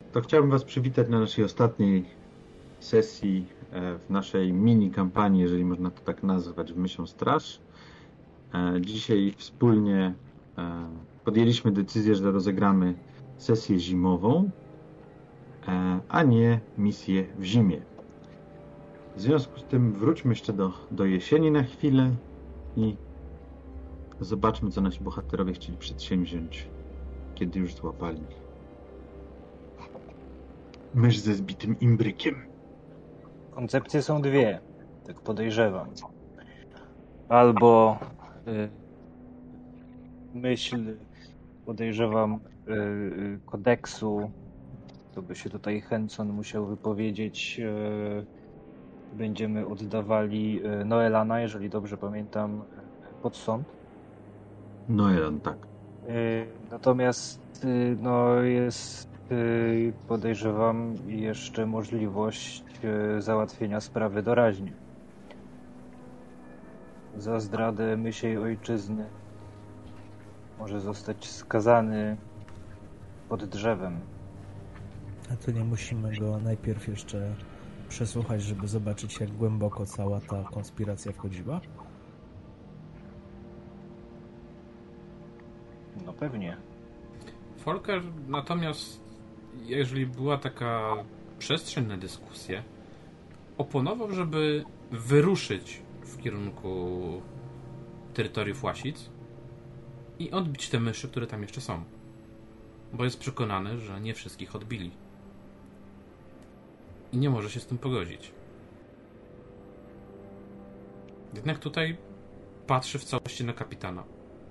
To chciałbym Was przywitać na naszej ostatniej sesji w naszej mini kampanii, jeżeli można to tak nazwać, w Mysią Straż. Dzisiaj wspólnie podjęliśmy decyzję, że rozegramy sesję zimową, a nie misję w zimie. W związku z tym wróćmy jeszcze do jesieni na chwilę i zobaczmy, co nasi bohaterowie chcieli przedsięwziąć, kiedy już złapali mysz ze zbitym imbrykiem. Koncepcje są dwie, tak podejrzewam. Albo myśl, podejrzewam, kodeksu, to by się tutaj Henson musiał wypowiedzieć, będziemy oddawali Noelana, jeżeli dobrze pamiętam, pod sąd. Noelan, tak. Natomiast jest, podejrzewam, jeszcze możliwość załatwienia sprawy doraźnie. Za zdradę mysiej ojczyzny może zostać skazany pod drzewem. A to nie musimy go najpierw jeszcze przesłuchać, żeby zobaczyć, jak głęboko cała ta konspiracja wchodziła? No pewnie. Volker natomiast, jeżeli była taka przestrzeń na dyskusję, oponował, żeby wyruszyć w kierunku terytoriów Łasic i odbić te myszy, które tam jeszcze są. Bo jest przekonany, że nie wszystkich odbili. I nie może się z tym pogodzić. Jednak tutaj patrzy w całości na kapitana.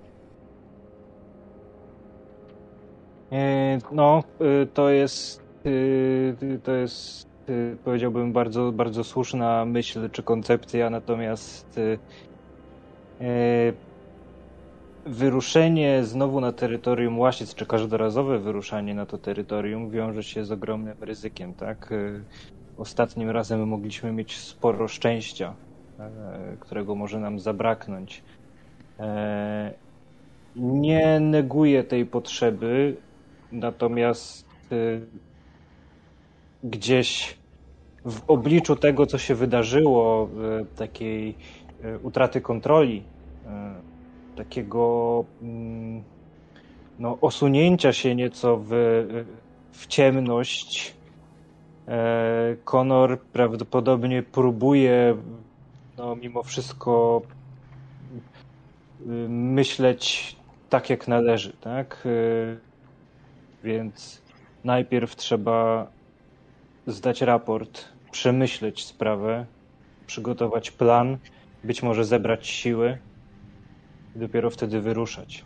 To jest powiedziałbym bardzo, bardzo słuszna myśl czy koncepcja, natomiast wyruszenie znowu na terytorium Łasic, czy każdorazowe wyruszanie na to terytorium wiąże się z ogromnym ryzykiem, tak? Ostatnim razem mogliśmy mieć sporo szczęścia, którego może nam zabraknąć. Nie neguję tej potrzeby, natomiast gdzieś w obliczu tego, co się wydarzyło, takiej utraty kontroli, takiego osunięcia się nieco w ciemność, Connor prawdopodobnie próbuje mimo wszystko myśleć tak, jak należy, tak? Więc najpierw trzeba zdać raport, przemyśleć sprawę, przygotować plan, być może zebrać siły i dopiero wtedy wyruszać.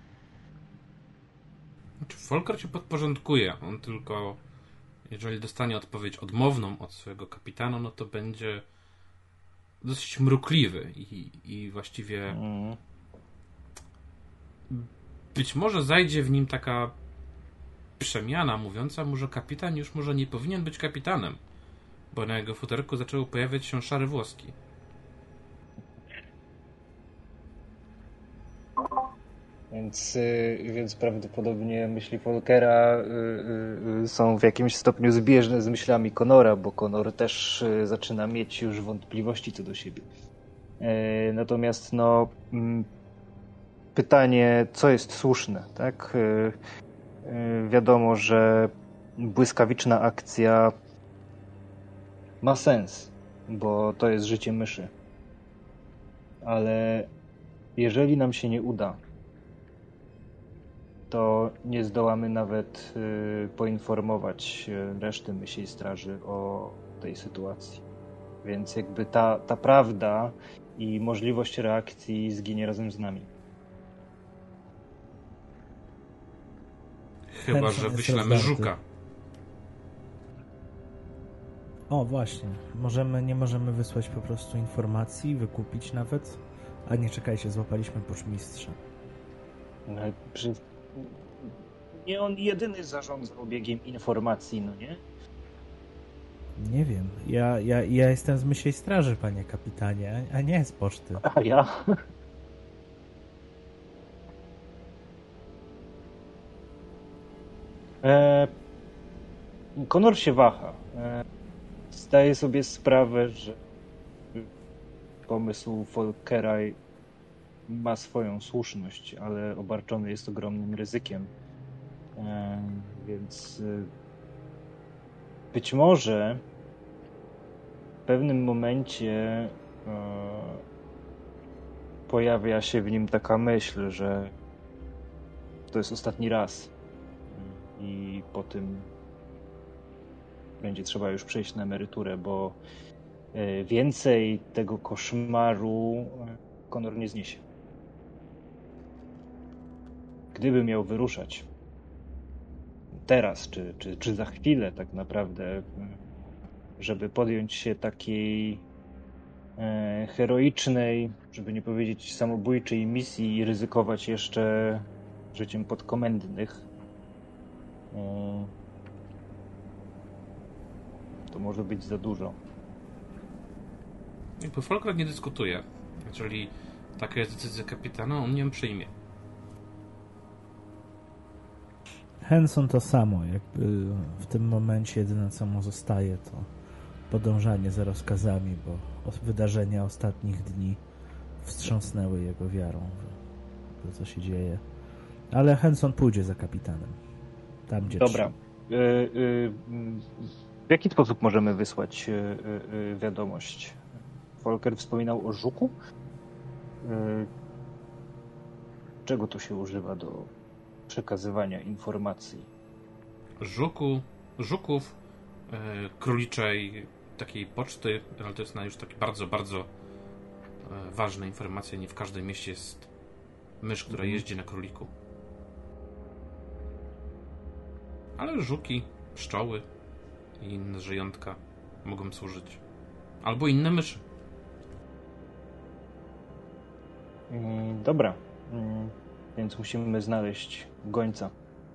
Znaczy, Volker się podporządkuje. On tylko, jeżeli dostanie odpowiedź odmowną od swojego kapitana, no to będzie dosyć mrukliwy i właściwie być może zajdzie w nim taka przemiana mówiąca mu, że kapitan już może nie powinien być kapitanem, bo na jego futerku zaczęły pojawiać się szare włoski. Więc prawdopodobnie myśli Volkera są w jakimś stopniu zbieżne z myślami Connora, bo Connor też zaczyna mieć już wątpliwości co do siebie. Natomiast pytanie, co jest słuszne, tak? Wiadomo, że błyskawiczna akcja ma sens, bo to jest życie myszy. Ale jeżeli nam się nie uda, to nie zdołamy nawet poinformować reszty mysiej straży o tej sytuacji. Więc jakby ta prawda i możliwość reakcji zginie razem z nami. Chyba że wyślemy żuka. O, właśnie. Nie możemy wysłać po prostu informacji, wykupić nawet? A nie, czekajcie, złapaliśmy poczmistrza. Nie on jedyny zarządza obiegiem informacji, no nie? Nie wiem. Ja jestem z Mysiej Straży, panie kapitanie, a nie z poczty. A ja? Connor się waha. Zdaje sobie sprawę, że pomysł Folkera ma swoją słuszność, ale obarczony jest ogromnym ryzykiem. Więc być może w pewnym momencie pojawia się w nim taka myśl, że to jest ostatni raz i po tym będzie trzeba już przejść na emeryturę, bo więcej tego koszmaru Connor nie zniesie. Gdyby miał wyruszać teraz, czy za chwilę tak naprawdę, żeby podjąć się takiej heroicznej, żeby nie powiedzieć samobójczej misji i ryzykować jeszcze życiem podkomendnych, to może być za dużo. Jakby Folker nie dyskutuje. Jeżeli taka jest decyzja kapitana, on ją przyjmie. Henson to samo, jakby w tym momencie jedyne co mu zostaje to podążanie za rozkazami, bo wydarzenia ostatnich dni wstrząsnęły jego wiarą w to, co się dzieje. Ale Henson pójdzie za kapitanem. Tam, gdzie Dobra. W jaki sposób możemy wysłać wiadomość? Folker wspominał o żuku? Czego tu się używa do przekazywania informacji? Żuków, króliczej takiej poczty, ale to jest już takie bardzo, bardzo ważna informacja. Nie w każdym mieście jest mysz, która jeździ na króliku. Ale żuki, pszczoły i inne zwierzątka mogą służyć. Albo inne myszy. Dobra. Więc musimy znaleźć gońca.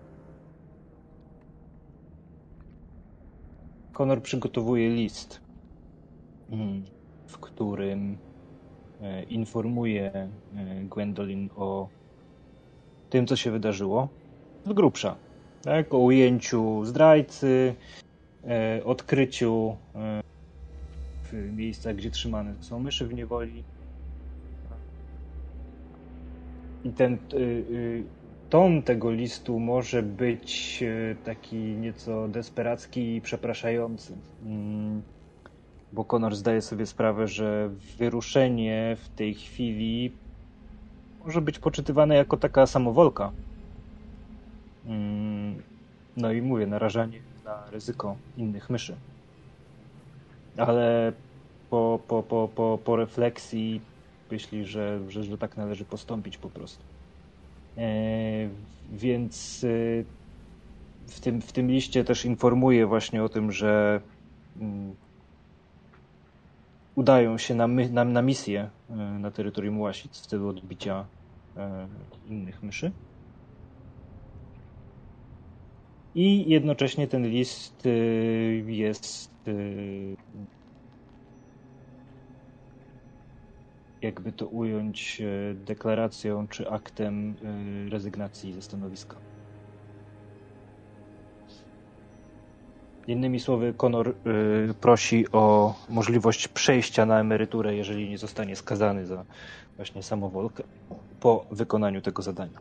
Connor przygotowuje list, w którym informuje Gwendolyn o tym, co się wydarzyło z grubsza. Tak? O ujęciu zdrajcy, odkryciu w miejscach, gdzie trzymane są myszy w niewoli. I ten ton tego listu może być taki nieco desperacki i przepraszający. Bo Connor zdaje sobie sprawę, że wyruszenie w tej chwili może być poczytywane jako taka samowolka. No i mówię, narażanie na ryzyko innych myszy. Ale po refleksji myśli, że tak należy postąpić po prostu. Więc w tym liście też informuje właśnie o tym, że udają się na misję na terytorium Łasic w celu odbicia innych myszy. I jednocześnie ten list jest jakby to ująć, deklaracją czy aktem rezygnacji ze stanowiska. Innymi słowy, Connor prosi o możliwość przejścia na emeryturę, jeżeli nie zostanie skazany za właśnie samowolkę po wykonaniu tego zadania.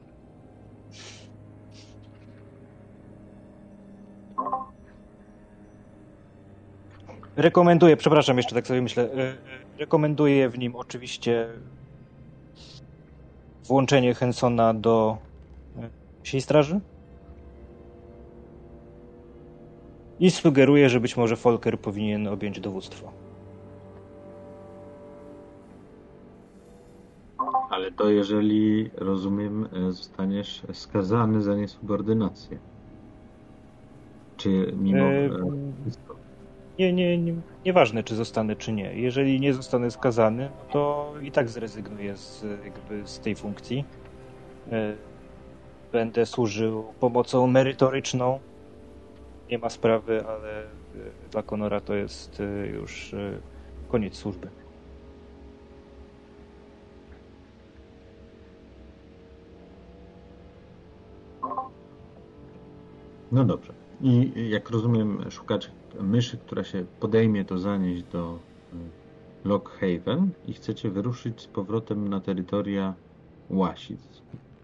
Rekomenduję, przepraszam, jeszcze tak sobie myślę, rekomenduję w nim oczywiście włączenie Hensona do Psiej Straży i sugeruję, że być może Folker powinien objąć dowództwo. Ale to jeżeli, rozumiem, zostaniesz skazany za niesubordynację. Czy mimo... Nieważne, czy zostanę, czy nie. Jeżeli nie zostanę skazany, to i tak zrezygnuję z tej funkcji. Będę służył pomocą merytoryczną. Nie ma sprawy, ale dla Connora to jest już koniec służby. No dobrze. I jak rozumiem, szukacie myszy, która się podejmie to zanieść do Lockhaven i chcecie wyruszyć z powrotem na terytoria Łasic.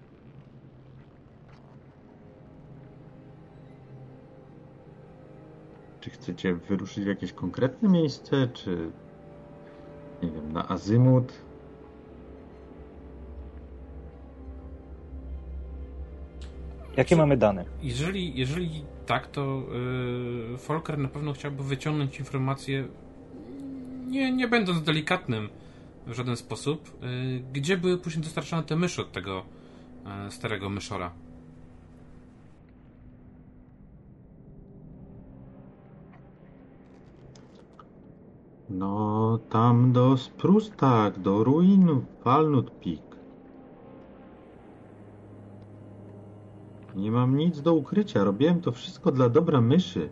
Czy chcecie wyruszyć w jakieś konkretne miejsce, czy nie wiem, na azymut? Jakie mamy dane? Jeżeli tak, to Folker na pewno chciałby wyciągnąć informacje, nie będąc delikatnym w żaden sposób, gdzie były później dostarczane te myszy od tego starego myszora. No, tam do Sprustak, do ruin Walnut Peak. Nie mam nic do ukrycia. Robiłem to wszystko dla dobra myszy.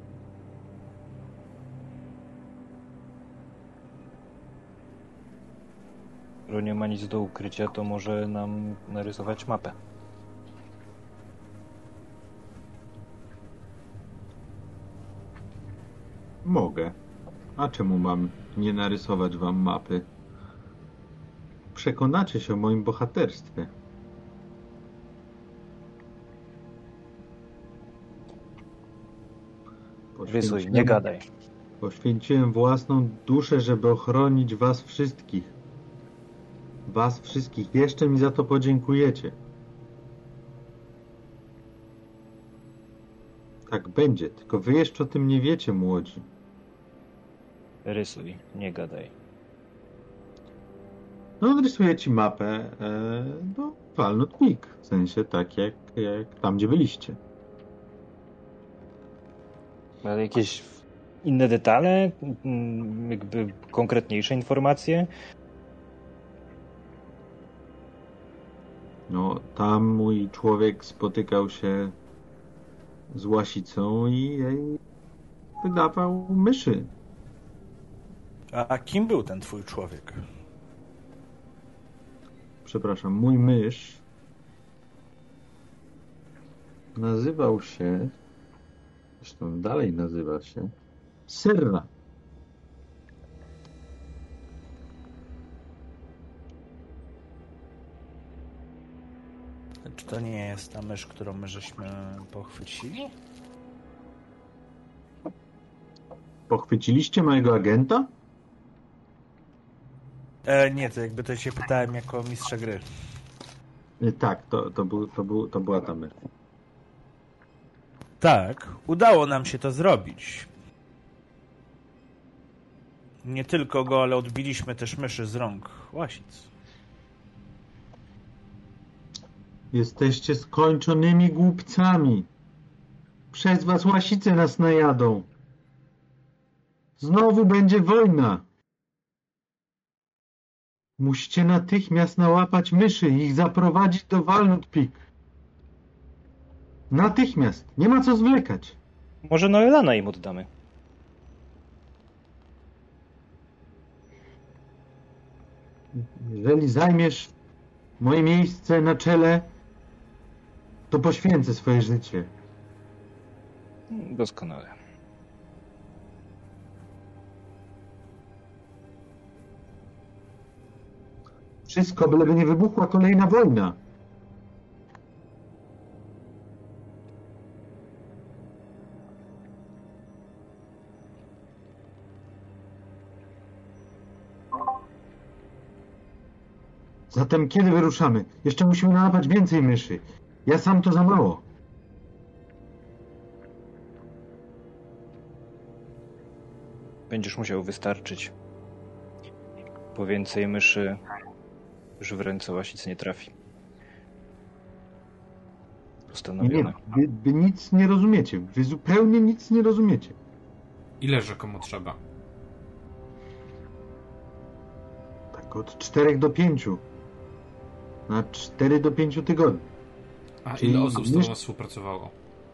Skoro nie ma nic do ukrycia, to może nam narysować mapę. Mogę. A czemu mam nie narysować wam mapy? Przekonacie się o moim bohaterstwie. Rysuj, nie gadaj. Poświęciłem własną duszę, żeby ochronić was wszystkich. Was wszystkich. Jeszcze mi za to podziękujecie. Tak będzie, tylko wy jeszcze o tym nie wiecie, młodzi. Rysuj, nie gadaj. No, rysuję ci mapę do Walnut Peak. W sensie tak, jak tam, gdzie byliście. Ale jakieś inne detale? Jakby konkretniejsze informacje? No, tam mój człowiek spotykał się z Łasicą i jej wydawał myszy. A kim był ten twój człowiek? Przepraszam, mój mysz nazywał się, zresztą dalej nazywa się, Serra. Czy to nie jest ta mysz, którą my żeśmy pochwycili? Pochwyciliście mojego agenta? Nie, to jakby to się pytałem jako mistrza gry. Tak, to była ta mysz. Tak, udało nam się to zrobić. Nie tylko go, ale odbiliśmy też myszy z rąk Łasic. Jesteście skończonymi głupcami. Przez was Łasice nas najadą. Znowu będzie wojna. Musicie natychmiast nałapać myszy i ich zaprowadzić do Walnut Peak. Natychmiast. Nie ma co zwlekać. Może Noelana im oddamy. Jeżeli zajmiesz moje miejsce na czele, to poświęcę swoje życie. Doskonale. Wszystko, byleby nie wybuchła kolejna wojna. Zatem kiedy wyruszamy? Jeszcze musimy nałapać więcej myszy. Ja sam to za mało. Będziesz musiał wystarczyć. Po więcej myszy już w ręce Łasic nie trafi. Postanowione. Nie, wy nic nie rozumiecie. Wy zupełnie nic nie rozumiecie. Ile rzekomo trzeba? Tak od 4 do 5. Na 4 do 5 tygodni. A Czyli ile osób z tobą mysz- współpracowało?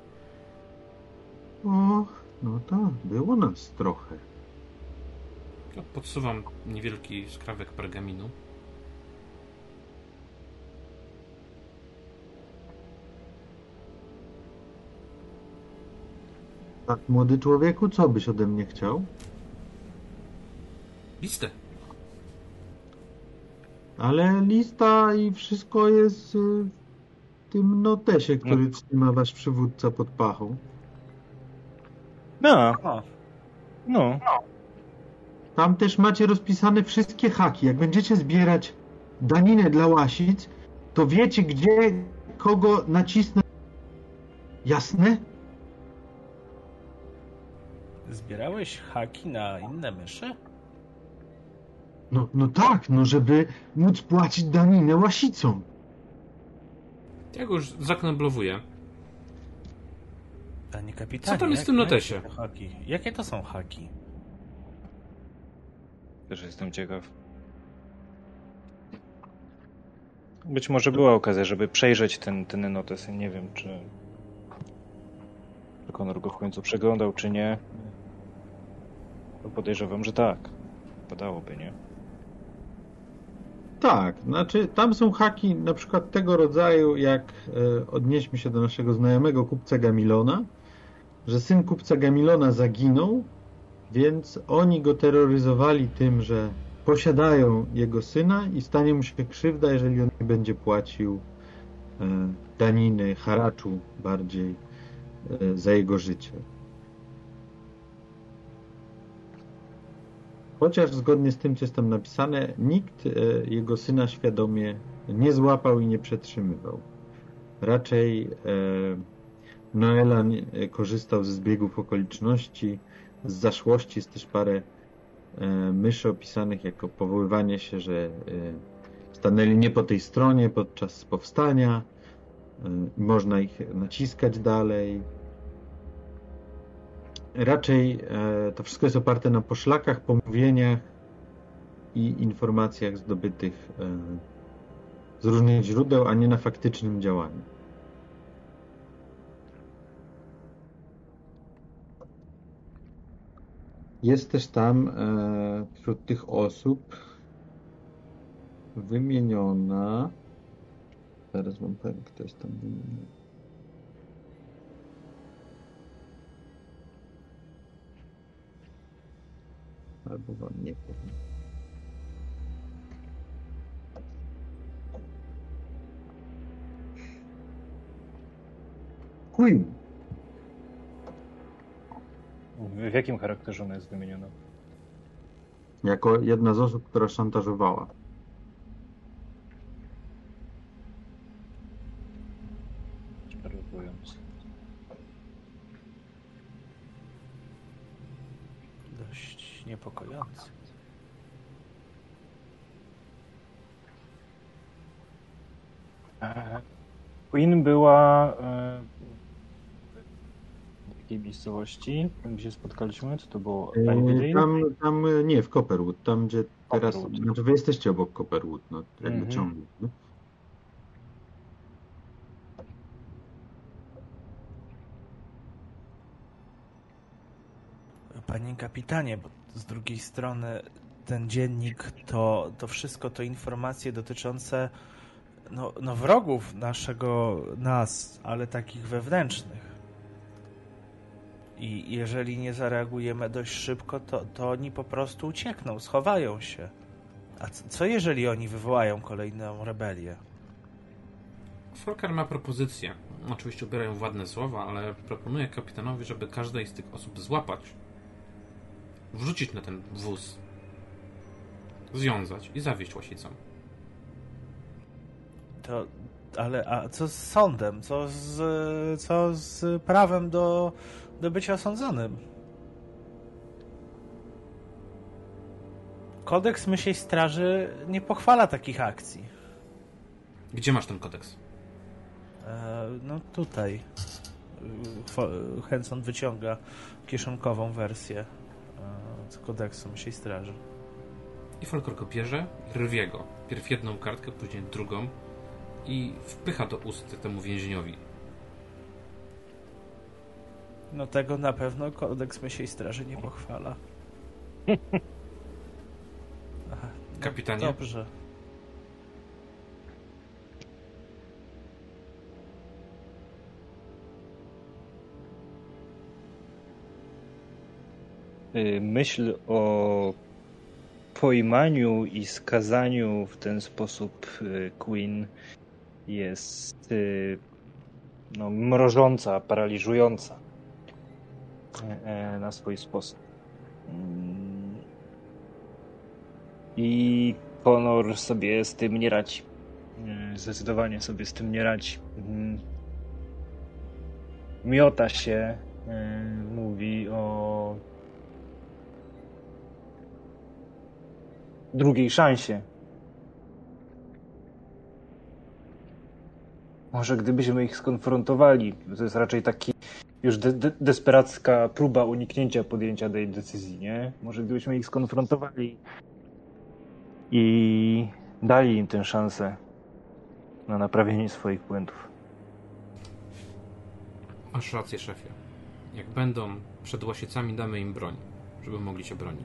O, no tak, było nas trochę. Ja podsuwam niewielki skrawek pergaminu. Tak, młody człowieku, co byś ode mnie chciał? Listę. Ale lista i wszystko jest w tym notesie, który trzyma wasz przywódca pod pachą. No, O, no. Tam też macie rozpisane wszystkie haki. Jak będziecie zbierać daninę dla łasic, to wiecie, gdzie kogo nacisnąć. Jasne? zbierałeś haki na inne myszy? No tak, no żeby móc płacić daninę łasicom. Ja go już zakneblowuję. Panie kapitanie, Co tam jest w tym notesie? Jakie to haki? Jakie to są haki? Też jestem ciekaw. Być może była okazja, żeby przejrzeć ten notes. Nie wiem, czy Konor go w końcu przeglądał, czy nie. No podejrzewam, że tak. Padałoby, nie? Tak, znaczy tam są haki na przykład tego rodzaju, jak odnieśmy się do naszego znajomego kupca Gamilona, że syn kupca Gamilona zaginął, więc oni go terroryzowali tym, że posiadają jego syna i stanie mu się krzywda, jeżeli on nie będzie płacił daniny, haraczu bardziej za jego życie. Chociaż zgodnie z tym, co jest tam napisane, nikt jego syna świadomie nie złapał i nie przetrzymywał. Raczej Noelan korzystał ze zbiegów okoliczności, z zaszłości. Jest też parę myszy opisanych jako powoływanie się, że stanęli nie po tej stronie podczas powstania, można ich naciskać dalej. Raczej to wszystko jest oparte na poszlakach, pomówieniach i informacjach zdobytych z różnych źródeł, a nie na faktycznym działaniu. Jest też tam wśród tych osób wymieniona. Zaraz wam powiem, kto jest tam wymieniony. Albo wam nie powiem. Queen. W jakim charakterze ona jest wymieniona? Jako jedna z osób, która szantażowała. Czarowując. Dość niepokojący. Queen była w jakiej miejscowości, gdzie się spotkaliśmy? Co to było? Tam nie, w Copperwood, tam gdzie teraz, Copperwood. znaczy wy jesteście obok Copperwood, no jakby Mhm. ciągle. No? Panie kapitanie, bo z drugiej strony ten dziennik to wszystko to informacje dotyczące no wrogów nas, ale takich wewnętrznych. I jeżeli nie zareagujemy dość szybko, to oni po prostu uciekną, schowają się. A co jeżeli oni wywołają kolejną rebelię? Folker ma propozycję. Oczywiście ubierają ładne słowa, ale proponuję kapitanowi, żeby każdej z tych osób złapać, wrzucić na ten wóz, związać i zawieźć łasicom. A co z sądem? Co z prawem do bycia osądzonym? Kodeks Mysiej Straży nie pochwala takich akcji. Gdzie masz ten kodeks? No tutaj. Henson wyciąga kieszonkową wersję z kodeksu Mysiej Straży. I Folker go bierze i rwie go. Pierw jedną kartkę, później drugą i wpycha do ust temu więźniowi. No tego na pewno kodeks Mysiej Straży nie pochwala. Aha, no Kapitanie? Dobrze. myśl o pojmaniu i skazaniu w ten sposób Queen jest mrożąca, paraliżująca na swój sposób. I Connor sobie z tym nie radzi. Zdecydowanie sobie z tym nie radzi. Miota się, mówi o drugiej szansie. Może gdybyśmy ich skonfrontowali, to jest raczej taki już desperacka próba uniknięcia podjęcia tej decyzji, nie? Może gdybyśmy ich skonfrontowali i dali im tę szansę na naprawienie swoich błędów. Masz rację, szefie. Jak będą przed Łasiecami, damy im broń, żeby mogli się bronić.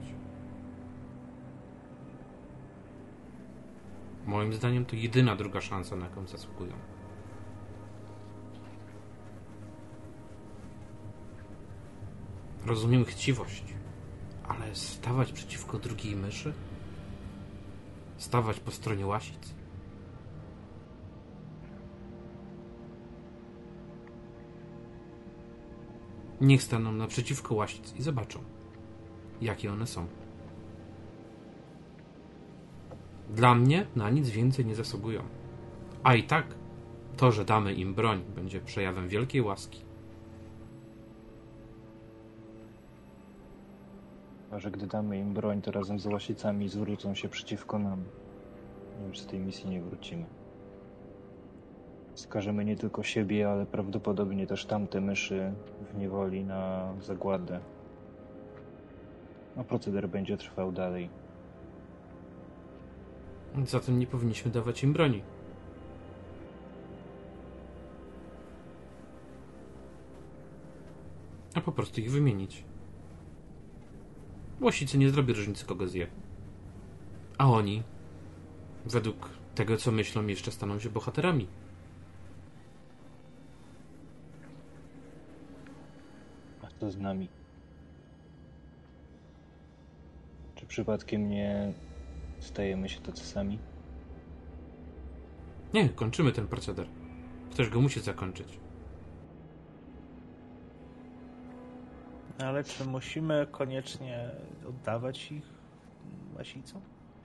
Moim zdaniem to jedyna druga szansa, na jaką zasługują. Rozumiem chciwość, ale stawać przeciwko drugiej myszy? Stawać po stronie Łasic? Niech staną naprzeciwko Łasic i zobaczą, jakie one są. Dla mnie na nic więcej nie zasługują. A i tak, to, że damy im broń, będzie przejawem wielkiej łaski. A że gdy damy im broń, to razem z Łasicami zwrócą się przeciwko nam. Już z tej misji nie wrócimy. Skażemy nie tylko siebie, ale prawdopodobnie też tamte myszy w niewoli na zagładę. A proceder będzie trwał dalej. Zatem nie powinniśmy dawać im broni. A po prostu ich wymienić. Łasicy nie zrobi różnicy, kogo zje. A oni, według tego, co myślą, jeszcze staną się bohaterami. A co z nami? Czy przypadkiem nie stajemy się tacy sami? Nie, kończymy ten proceder. Ktoś go musi zakończyć. Ale czy musimy koniecznie oddawać ich Łasicom?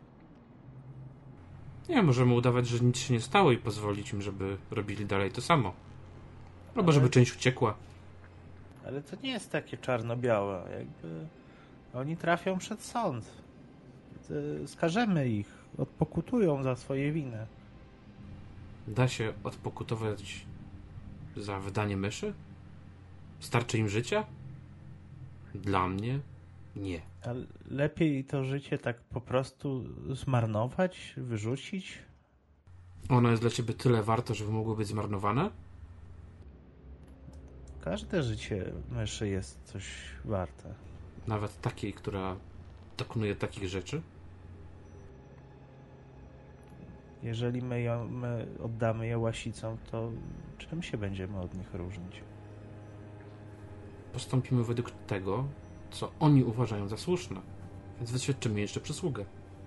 Nie, możemy udawać, że nic się nie stało i pozwolić im, żeby robili dalej to samo. Albo żeby część uciekła. Ale to nie jest takie czarno-białe. Jakby oni trafią przed sąd. Skażemy ich. Odpokutują za swoje winy. Da się odpokutować za wydanie myszy? Starczy im życia? Dla mnie nie. A lepiej to życie tak po prostu zmarnować, wyrzucić? Ono jest dla ciebie tyle warte, żeby mogło być zmarnowane? Każde życie myszy jest coś warte. Nawet takiej, która dokonuje takich rzeczy? Jeżeli my oddamy je Łasicom, to czym się będziemy od nich różnić? Postąpimy według tego, co oni uważają za słuszne. Więc wyświadczymy jeszcze przysługę.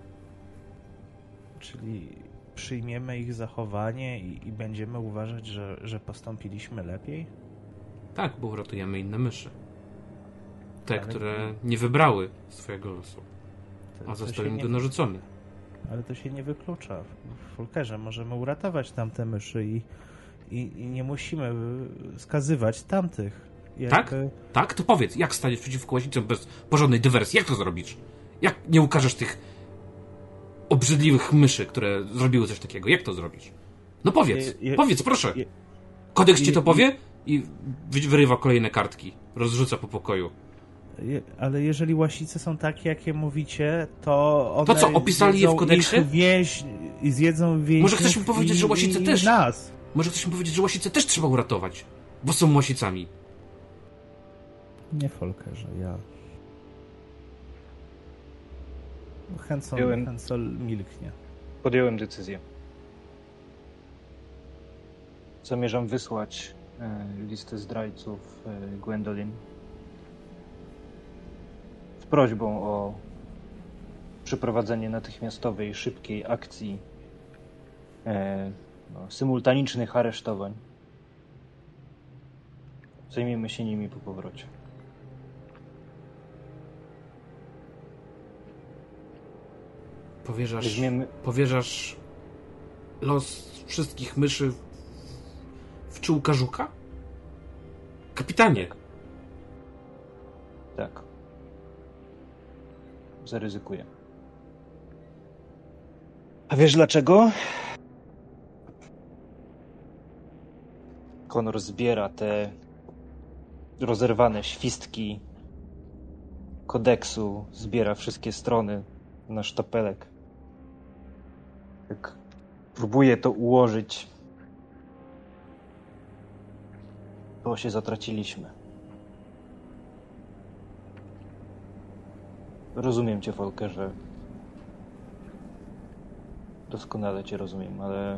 Czyli przyjmiemy ich zachowanie i będziemy uważać, że postąpiliśmy lepiej? Tak, bo uratujemy inne myszy. Te, Ale które nie wybrały swojego losu, a to został się im nie- go narzucony. Ale to się nie wyklucza. W Fulkerze możemy uratować tamte myszy i nie musimy skazywać tamtych. Tak? Tak? To powiedz, jak staniesz przeciwko Łasicom bez porządnej dywersji? Jak to zrobisz? Jak nie ukażesz tych obrzydliwych myszy, które zrobiły coś takiego? Jak to zrobisz? No powiedz, powiedz, proszę. Kodeks ci to powie i wyrywa kolejne kartki. Rozrzuca po pokoju. Ale jeżeli Łasice są takie, jakie mówicie, to one To co, opisali je w kodeksie? I zjedzą więźniów. Może ktoś mi powiedzieć, że Łasice i też. nas. Może ktoś mi powiedzieć, że Łasice też trzeba uratować, bo są Łasicami. Nie Folkerze, ja. Hensel milknie. Podjąłem decyzję. Zamierzam wysłać listę zdrajców Gwendolyn prośbą o przeprowadzenie natychmiastowej, szybkiej akcji symultanicznych aresztowań. Zajmiemy się nimi po powrocie. Powierzasz los wszystkich myszy w czułka żuka? Kapitanie! Tak. Zaryzykuję. A wiesz dlaczego? Connor zbiera te rozerwane świstki kodeksu, zbiera wszystkie strony na sztapelek. Tak próbuje to ułożyć, bo się zatraciliśmy. Rozumiem cię, Volkerze. Doskonale cię rozumiem, ale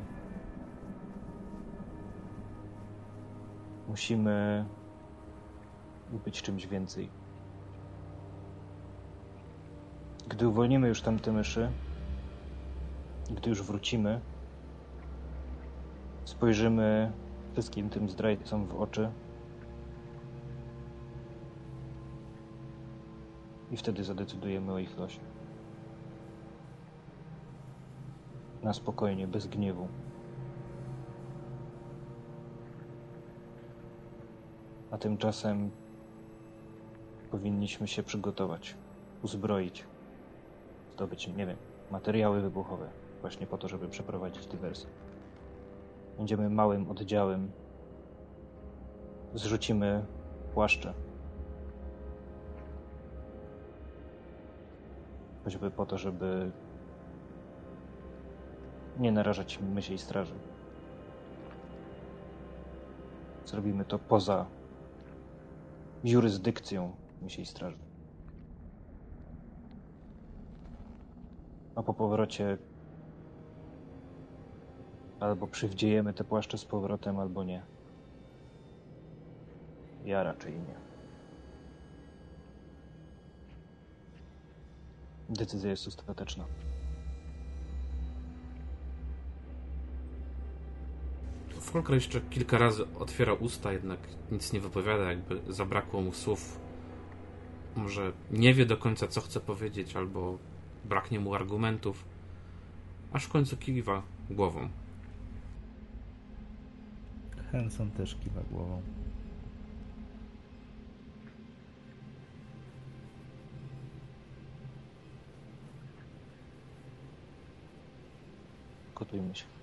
musimy być czymś więcej. Gdy uwolnimy już tamte myszy, gdy już wrócimy, spojrzymy wszystkim tym zdrajcom w oczy i wtedy zadecydujemy o ich losie. Na spokojnie, bez gniewu. A tymczasem powinniśmy się przygotować, uzbroić, zdobyć, nie wiem, materiały wybuchowe, właśnie po to, żeby przeprowadzić dywersję. Będziemy małym oddziałem. Zrzucimy płaszcze. Choćby po to, żeby nie narażać mysiej straży. Zrobimy to poza jurysdykcją mysiej straży. A po powrocie albo przywdziejemy te płaszcze z powrotem, albo nie. Ja raczej nie. Decyzja jest ostateczna. Volker jeszcze kilka razy otwiera usta, jednak nic nie wypowiada, jakby zabrakło mu słów. Może nie wie do końca, co chce powiedzieć, albo braknie mu argumentów, aż w końcu kiwa głową. Hanson też kiwa głową. Gotujmy się.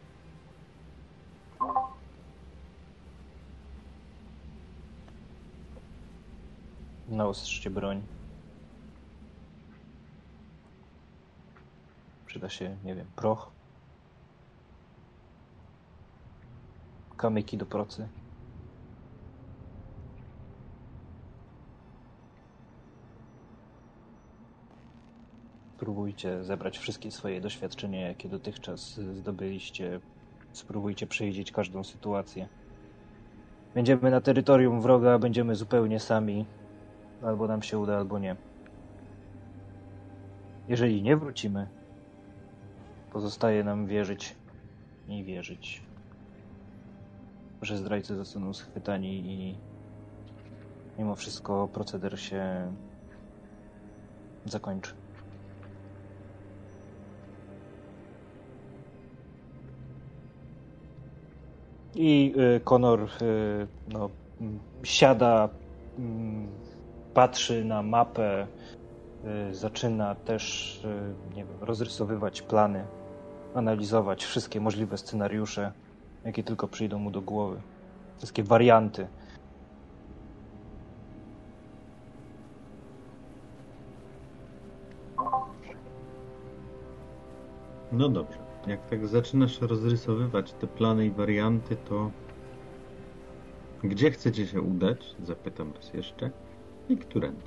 Naostrzycie broń. Przyda się, nie wiem, proch. Kamyki do procy. Spróbujcie zebrać wszystkie swoje doświadczenia, jakie dotychczas zdobyliście. Spróbujcie przewidzieć każdą sytuację. Będziemy na terytorium wroga, będziemy zupełnie sami. Albo nam się uda, albo nie. Jeżeli nie wrócimy, pozostaje nam wierzyć i wierzyć, że zdrajcy zostaną schwytani i mimo wszystko proceder się zakończy. I Connor siada, patrzy na mapę, zaczyna też nie wiem, rozrysowywać plany, analizować wszystkie możliwe scenariusze, jakie tylko przyjdą mu do głowy. Wszystkie warianty. No dobrze. Jak tak zaczynasz rozrysowywać te plany i warianty, to gdzie chcecie się udać? Zapytam raz jeszcze. I którędy?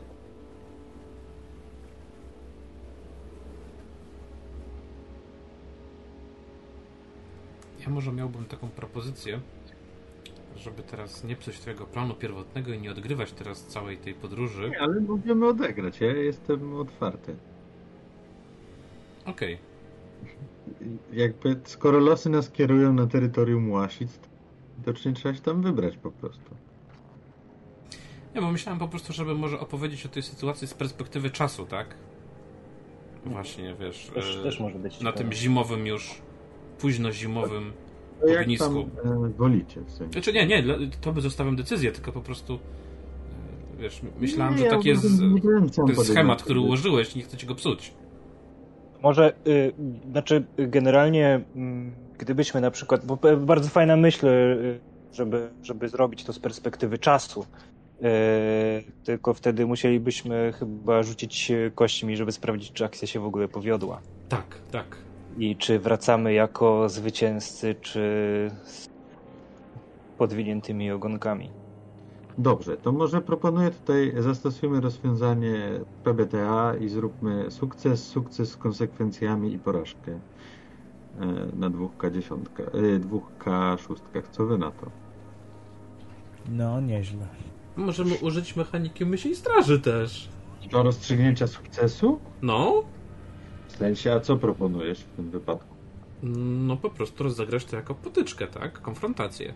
Ja może miałbym taką propozycję, żeby teraz nie psuć twojego planu pierwotnego i nie odgrywać teraz całej tej podróży. Nie, ale możemy odegrać, ja jestem otwarty. Okej. Jakby, skoro losy nas kierują na terytorium Łasic, to widocznie trzeba się tam wybrać po prostu. Nie, bo myślałem po prostu, żeby może opowiedzieć o tej sytuacji z perspektywy czasu, tak? Właśnie, wiesz, Też może być na ciekawe. tym zimowym już, późno zimowym To jak ognisku. tam wolicie w sensie. Znaczy nie, to by zostawiam decyzję, tylko po prostu wiesz, myślałem, Nie, że ja taki jest nie byłem sam ten schemat, podejrzany. który ułożyłeś, nie chcę ci go psuć. Może, znaczy generalnie, gdybyśmy na przykład, bo bardzo fajna myśl, żeby zrobić to z perspektywy czasu, tylko wtedy musielibyśmy chyba rzucić kośćmi, żeby sprawdzić, czy akcja się w ogóle powiodła. Tak, tak. I czy wracamy jako zwycięzcy, czy z podwiniętymi ogonkami. Dobrze, to może proponuję tutaj, zastosujmy rozwiązanie PBTA i zróbmy sukces z konsekwencjami i porażkę na 2K10, 2K6. Co wy na to? No, nieźle. Możemy użyć mechaniki myśli straży też. Do rozstrzygnięcia sukcesu? No, W sensie, a co proponujesz w tym wypadku? no po prostu rozegrasz to jako potyczkę, tak? Konfrontację.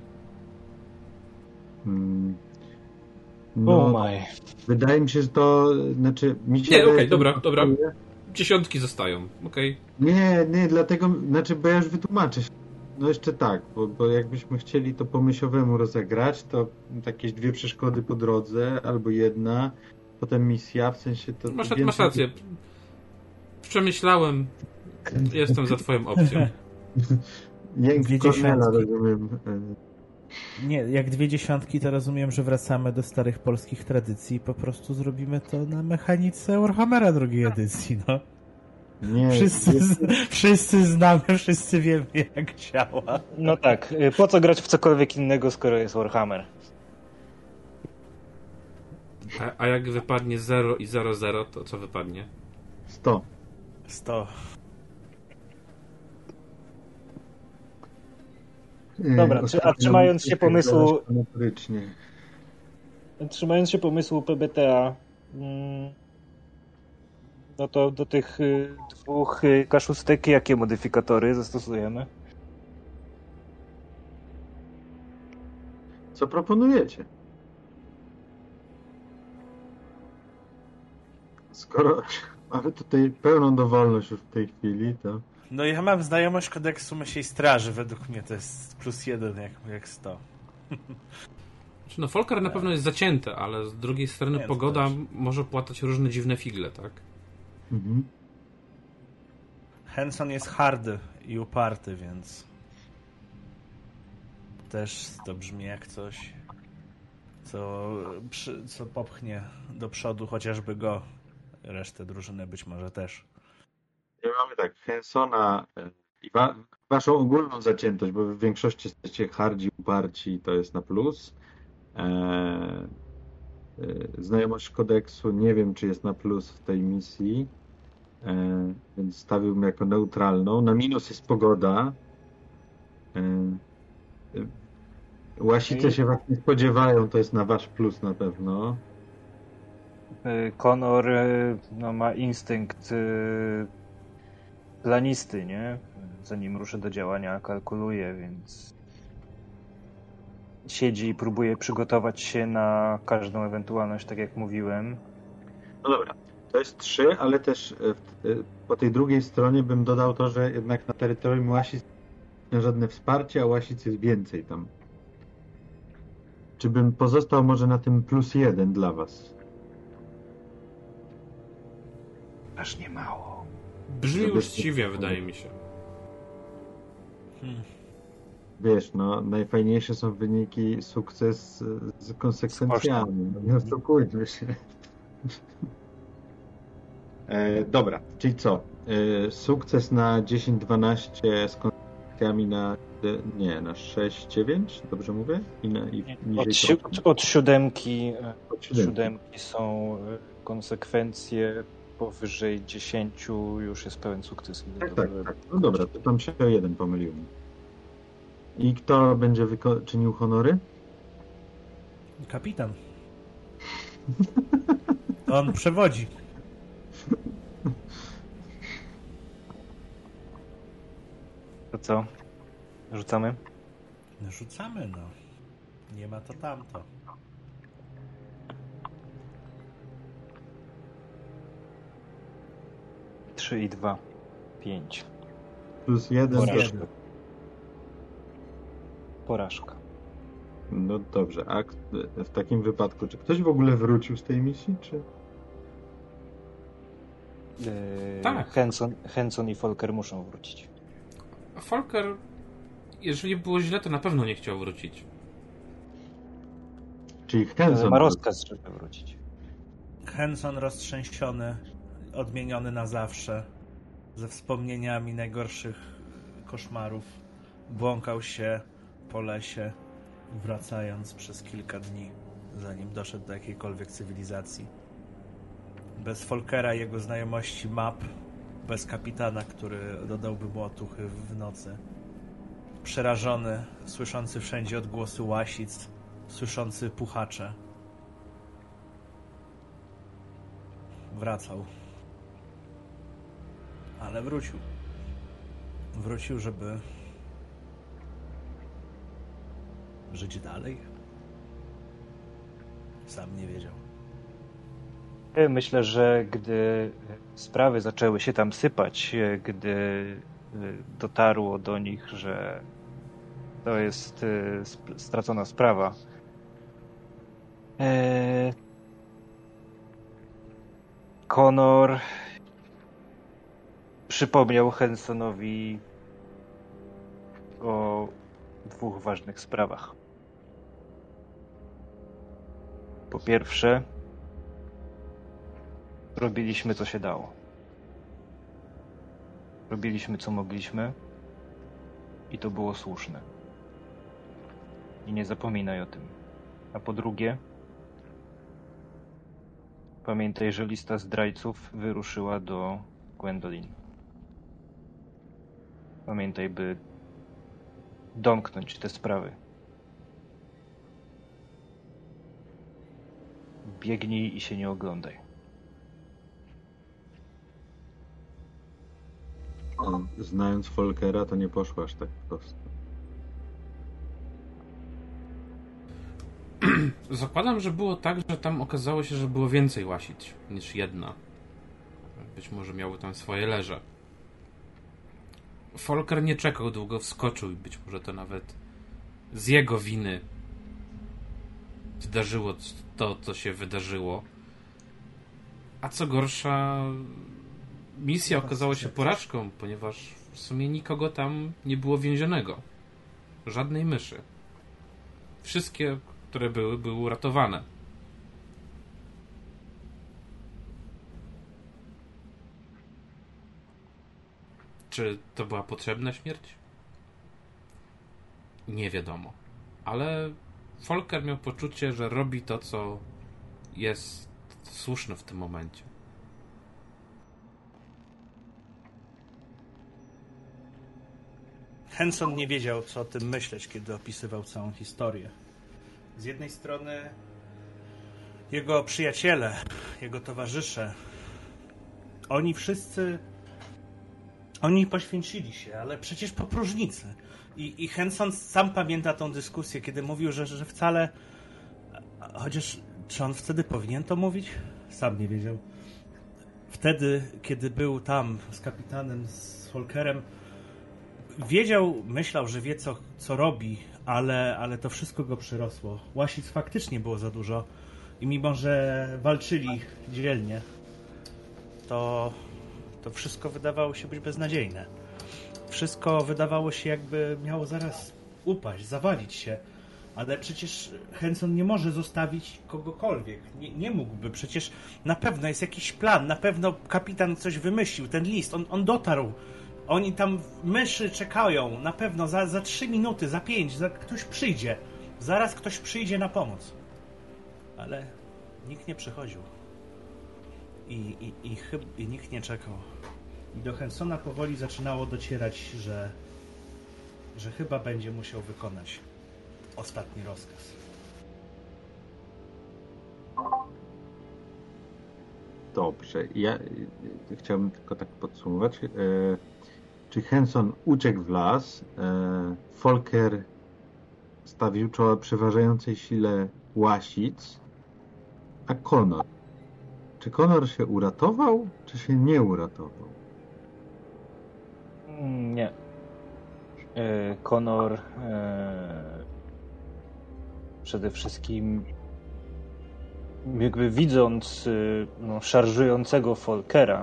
No, my. wydaje mi się, że to, znaczy, mi się Nie, wydaje, okej, że- dobra. Dziesiątki zostają, okej. Nie, dlatego, znaczy, bo ja już wytłumaczę się. No jeszcze tak, bo jakbyśmy chcieli to po myślowemu rozegrać, to jakieś 2 przeszkody po drodze, albo 1, potem misja, w sensie to... Masz rację. Przemyślałem. Jestem za twoją opcją. Jęk 2 Kornela, dziesiątki. rozumiem. Nie, jak 2 dziesiątki, to rozumiem, że wracamy do starych polskich tradycji i po prostu zrobimy to na mechanice Warhammera drugiej edycji, no. Nie, Wszyscy znamy, wszyscy wiemy, jak działa. No tak, po co grać w cokolwiek innego, skoro jest Warhammer? A jak wypadnie 0 i 0-0, to co wypadnie? 100. 100. Dobra, a trzymając się pomysłu- Notorycznie. Trzymając się pomysłu PBTA, no to do tych 2 K6 jakie modyfikatory zastosujemy? Co proponujecie? Skoro mamy tutaj pełną dowolność już w tej chwili, to... No ja mam znajomość kodeksu myśli straży, według mnie to jest +1 jak 100. Znaczy, no Folkar na pewno jest zacięte, ale z drugiej strony Nie, pogoda też. może płatać różne dziwne figle, tak? Mhm. Henson jest hardy i uparty, więc też to brzmi jak coś, co popchnie do przodu chociażby go. Resztę drużyny być może też. I mamy tak, Hensona i waszą ogólną zaciętość, bo w większości jesteście hardzi, uparci, to jest na plus. Znajomość kodeksu nie wiem, czy jest na plus w tej misji, więc stawiłbym jako neutralną. Na minus jest pogoda. Łasice się was nie spodziewają, to jest na wasz plus na pewno. Conor no, ma instynkt planisty, nie? Zanim ruszy do działania, kalkuluje, więc siedzi i próbuje przygotować się na każdą ewentualność, tak jak mówiłem. No dobra, to jest 3, ale też po tej drugiej stronie bym dodał to, że jednak na terytorium Łasic nie ma żadne wsparcie, a Łasic jest więcej tam. Czy bym pozostał może na tym +1 dla was? Aż nie mało. Brzmi Żeby- uczciwie, wydaje mi się. Wiesz, no najfajniejsze są wyniki, sukces z konsekwencjami. No, nie oszukujmy się. Dobra, czyli co? Sukces na 10-12 z konsekwencjami na 6-9, dobrze mówię? I niżej Od siódemki, od 7. siódemki są konsekwencje, powyżej 10 już jest pełen sukces. Tak. No dobra, to tam się o 1 pomyliłem. I kto będzie czynił honory? Kapitan. On przewodzi. To co? Rzucamy? Rzucamy, no. Nie ma to tamto. Trzy i 2. 5. Plus 1. Porażka. Porażka. No dobrze, a w takim wypadku, czy ktoś w ogóle wrócił z tej misji, czy? Tak. Henson i Folker muszą wrócić. A Folker, jeżeli było źle, to na pewno nie chciał wrócić. Czyli Henson Ma rozkaz, żeby wrócić. Henson roztrzęsiony, odmieniony na zawsze, ze wspomnieniami najgorszych koszmarów, błąkał się po lesie, wracając przez kilka dni, zanim doszedł do jakiejkolwiek cywilizacji. Bez Folkera i jego znajomości map, bez kapitana, który dodałby mu otuchy w nocy. Przerażony, słyszący wszędzie odgłosy łasic, słyszący puchacze. Wracał. Ale wrócił. Wrócił, żeby żyć dalej. Sam nie wiedział. Myślę, że gdy sprawy zaczęły się tam sypać, gdy dotarło do nich, że to jest stracona sprawa, Connor przypomniał Hensonowi o dwóch ważnych sprawach. Po pierwsze, robiliśmy co się dało. Robiliśmy co mogliśmy i to było słuszne. I nie zapominaj o tym. A po drugie, pamiętaj, że lista zdrajców wyruszyła do Gwendolyn. Pamiętaj, by domknąć te sprawy. Biegnij i się nie oglądaj. Znając Folkera, to nie poszło aż tak prosto. Zakładam, że było tak, że tam okazało się, że było więcej łasic niż jedna. Być może miały tam swoje leże. Folker nie czekał długo, wskoczył i być może to nawet z jego winy zdarzyło to, co się wydarzyło. A co gorsza, misja okazała się porażką, ponieważ w sumie nikogo tam nie było więzionego. Żadnej myszy. Wszystkie, które były uratowane. Czy to była potrzebna śmierć? Nie wiadomo. Ale Folker miał poczucie, że robi to, co jest słuszne w tym momencie. Henson nie wiedział, co o tym myśleć, kiedy opisywał całą historię. Z jednej strony jego przyjaciele, jego towarzysze, oni wszyscy poświęcili się, ale przecież po próżnicy. I Henson sam pamięta tą dyskusję, kiedy mówił, że wcale... Chociaż czy on wtedy powinien to mówić? Sam nie wiedział. Wtedy, kiedy był tam z kapitanem, z Folkerem, myślał, że wie, co robi, ale to wszystko go przyrosło. Łasic faktycznie było za dużo i mimo, że walczyli dzielnie, to wszystko wydawało się być beznadziejne. Wszystko wydawało się, jakby miało zaraz upaść, zawalić się. Ale przecież Henson nie może zostawić kogokolwiek. Nie mógłby. Przecież na pewno jest jakiś plan. Na pewno kapitan coś wymyślił. Ten list, on dotarł. Oni tam, myszy czekają. Na pewno za 3 minuty, za 5, ktoś przyjdzie. Zaraz ktoś przyjdzie na pomoc. Ale nikt nie przychodził. I nikt nie czekał. I do Hensona powoli zaczynało docierać, że chyba będzie musiał wykonać ostatni rozkaz. Dobrze. Ja chciałbym tylko tak podsumować. Czy Henson uciekł w las? Folker stawił czoła przeważającej sile łasic, a Connor. Czy Connor się uratował, czy się nie uratował? Nie. Connor przede wszystkim jakby widząc szarżującego Folkera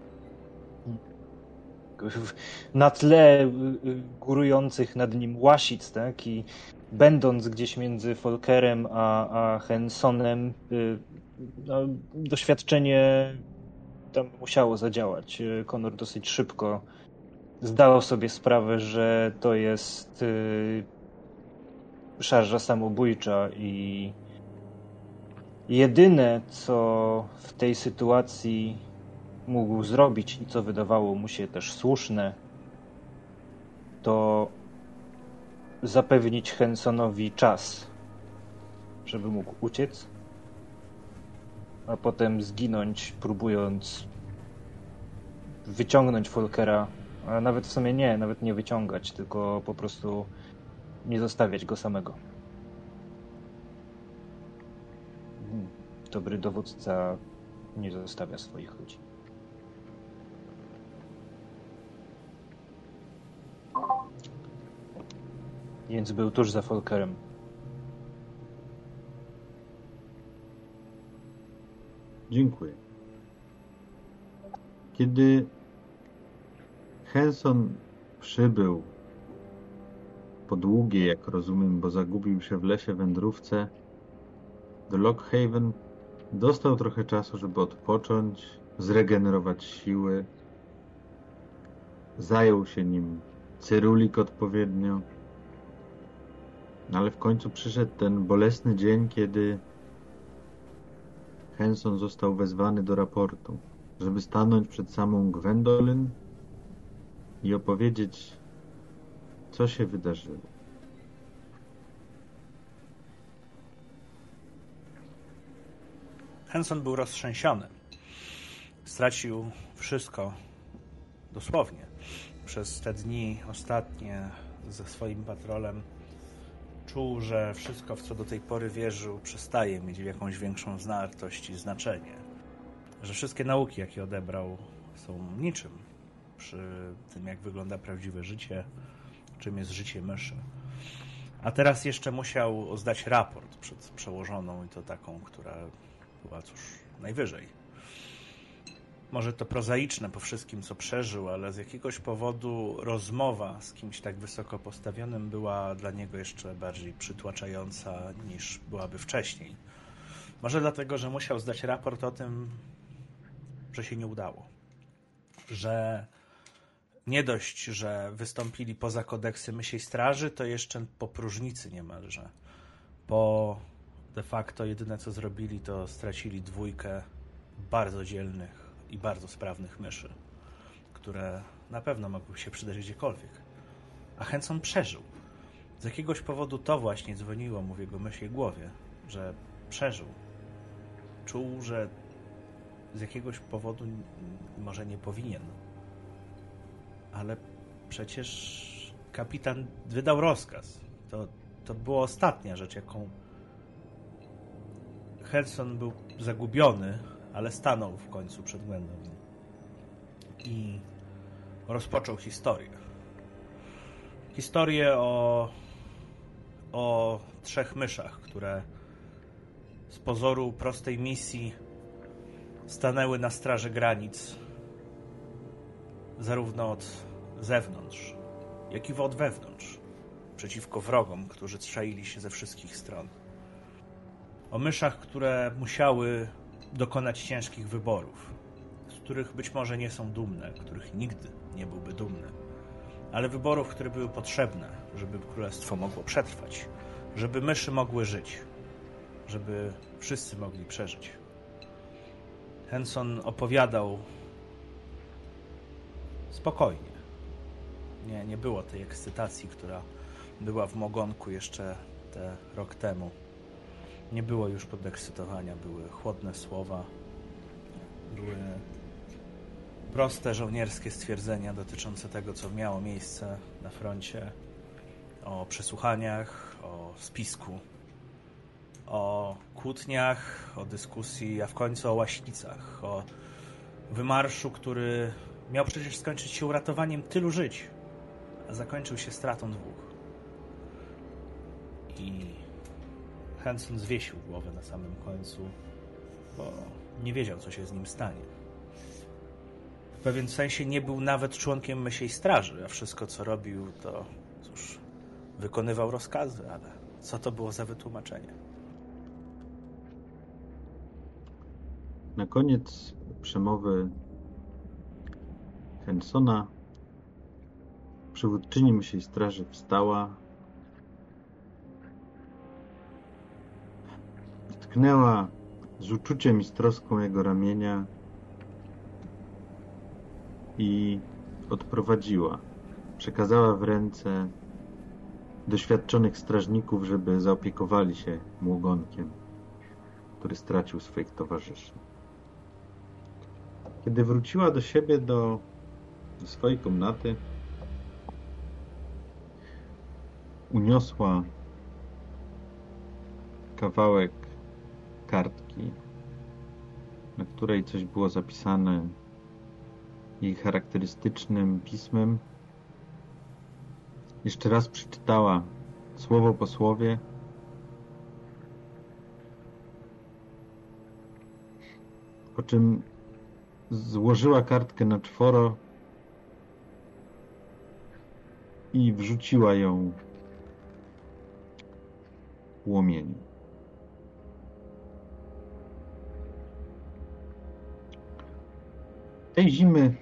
na tle górujących nad nim łasic, tak, i będąc gdzieś między Folkerem a Hensonem, doświadczenie tam musiało zadziałać. Connor dosyć szybko zdał sobie sprawę, że to jest szarża samobójcza i jedyne, co w tej sytuacji mógł zrobić i co wydawało mu się też słuszne, to zapewnić Hensonowi czas, żeby mógł uciec, a potem zginąć, próbując wyciągnąć Folkera, a nawet w sumie nawet nie wyciągać, tylko po prostu nie zostawiać go samego. Dobry dowódca nie zostawia swoich ludzi. Więc był tuż za Folkerem. Dziękuję. Kiedy Henson przybył po długiej, jak rozumiem, bo zagubił się w lesie wędrówce do Lockhaven, dostał trochę czasu, żeby odpocząć, zregenerować siły. Zajął się nim Cyrulik odpowiednio. Ale w końcu przyszedł ten bolesny dzień, kiedy Henson został wezwany do raportu, żeby stanąć przed samą Gwendolyn i opowiedzieć, co się wydarzyło. Henson był roztrzęsiony. Stracił wszystko, dosłownie. Przez te dni ostatnie ze swoim patrolem czuł, że wszystko, w co do tej pory wierzył, przestaje mieć jakąś większą wartość i znaczenie. Że wszystkie nauki, jakie odebrał, są niczym przy tym, jak wygląda prawdziwe życie, czym jest życie myszy. A teraz jeszcze musiał zdać raport przed przełożoną, i to taką, która była, cóż, najwyżej. Może to prozaiczne po wszystkim, co przeżył, ale z jakiegoś powodu rozmowa z kimś tak wysoko postawionym była dla niego jeszcze bardziej przytłaczająca niż byłaby wcześniej. Może dlatego, że musiał zdać raport o tym, że się nie udało. Że nie dość, że wystąpili poza kodeksy Mysiej Straży, to jeszcze po próżnicy niemalże. Po de facto jedyne, co zrobili, to stracili 2 bardzo dzielnych i bardzo sprawnych myszy, które na pewno mogły się przydać gdziekolwiek. A Henson przeżył. Z jakiegoś powodu to właśnie dzwoniło mu w jego mysiej głowie, że przeżył. Czuł, że z jakiegoś powodu może nie powinien. Ale przecież kapitan wydał rozkaz. To była ostatnia rzecz, jaką Henson był zagubiony, ale stanął w końcu przed Gwendolyn i rozpoczął historię. Historię o 3 myszach, które z pozoru prostej misji stanęły na straży granic zarówno od zewnątrz, jak i od wewnątrz, przeciwko wrogom, którzy trzaili się ze wszystkich stron. O myszach, które musiały dokonać ciężkich wyborów, z których być może nie są dumne, których nigdy nie byłby dumny, ale wyborów, które były potrzebne, żeby królestwo mogło przetrwać, żeby myszy mogły żyć, żeby wszyscy mogli przeżyć. Henson opowiadał spokojnie. Nie było tej ekscytacji, która była w Mogonku jeszcze rok temu. Nie było już podekscytowania, były chłodne słowa, Były proste żołnierskie stwierdzenia dotyczące tego, co miało miejsce na froncie, o przesłuchaniach, o spisku, o kłótniach, o dyskusji, a w końcu o łaśnicach, o wymarszu, który miał przecież skończyć się uratowaniem tylu żyć, a zakończył się stratą 2. I Henson zwiesił głowę na samym końcu, bo nie wiedział, co się z nim stanie. W pewien sensie nie był nawet członkiem Mysiej Straży, a wszystko, co robił, to cóż, wykonywał rozkazy, ale co to było za wytłumaczenie? Na koniec przemowy Hensona przywódczyni Mysiej Straży wstała, tknęła z uczuciem i z troską jego ramienia i odprowadziła. Przekazała w ręce doświadczonych strażników, żeby zaopiekowali się młogonkiem, który stracił swoich towarzyszy. Kiedy wróciła do siebie, do swojej komnaty, uniosła kawałek kartki, na której coś było zapisane jej charakterystycznym pismem. Jeszcze raz przeczytała słowo po słowie. Po czym złożyła kartkę na 4 i wrzuciła ją w łomieniu. Tej zimy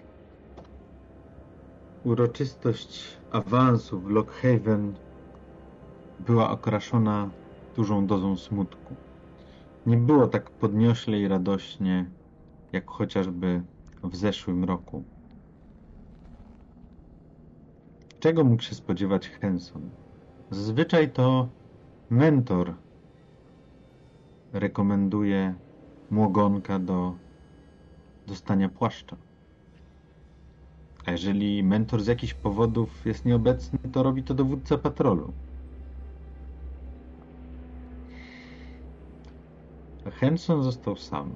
uroczystość awansu w Lockhaven była okraszona dużą dozą smutku. Nie było tak podniośle i radośnie, jak chociażby w zeszłym roku. Czego mógł się spodziewać Henson? Zazwyczaj to mentor rekomenduje młogonka do dostania płaszcza. A jeżeli mentor z jakichś powodów jest nieobecny, to robi to dowódca patrolu. A Henson został sam.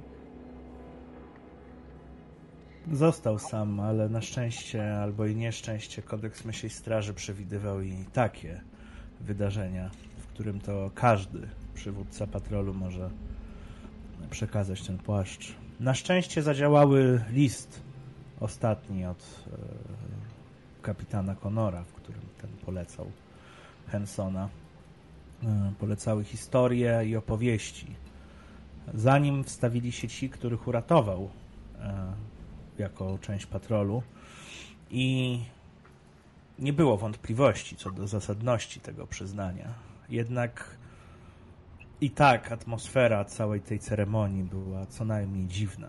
Został sam, ale na szczęście albo i nieszczęście kodeks Mysiej Straży przewidywał i takie wydarzenia, w którym to każdy przywódca patrolu może przekazać ten płaszcz. Na szczęście zadziałały list ostatni od kapitana Connora, w którym ten polecał Hensona. Polecały historie i opowieści. Zanim wstawili się ci, których uratował jako część patrolu, i nie było wątpliwości co do zasadności tego przyznania. Jednak i tak atmosfera całej tej ceremonii była co najmniej dziwna.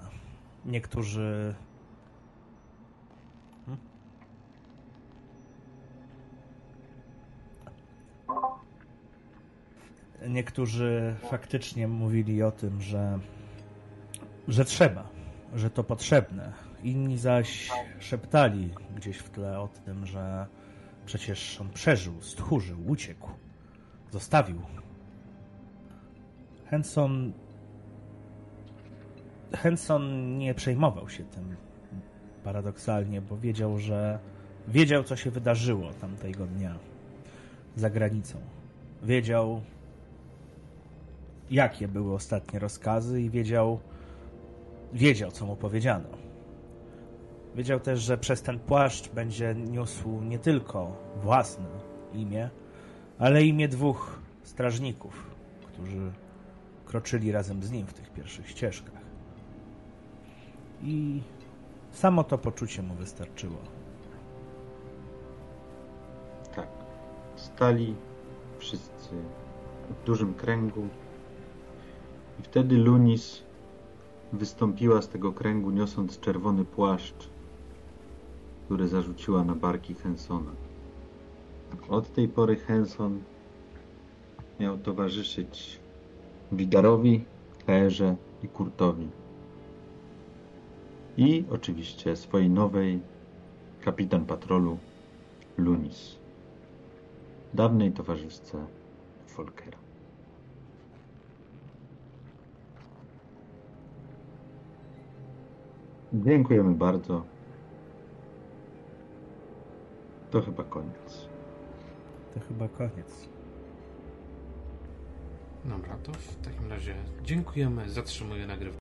Niektórzy faktycznie mówili o tym, że trzeba, że to potrzebne. Inni zaś szeptali gdzieś w tle o tym, że przecież on przeżył, stchórzył, uciekł, zostawił. Henson nie przejmował się tym paradoksalnie, bo wiedział, co się wydarzyło tamtego dnia za granicą. Wiedział, jakie były ostatnie rozkazy i wiedział, co mu powiedziano. Wiedział też, że przez ten płaszcz będzie niósł nie tylko własne imię, ale imię 2 strażników, którzy kroczyli razem z nim w tych pierwszych ścieżkach. I samo to poczucie mu wystarczyło. Tak. Stali wszyscy w dużym kręgu i wtedy Lunis wystąpiła z tego kręgu, niosąc czerwony płaszcz, który zarzuciła na barki Hensona. Od tej pory Henson miał towarzyszyć Widarowi, Heerze i Kurtowi. i oczywiście swojej nowej kapitan patrolu Lunis, dawnej towarzyszce Folkera. Dziękujemy bardzo. To chyba koniec. To chyba koniec. Dobra, to w takim razie dziękujemy, zatrzymuję nagrywanie.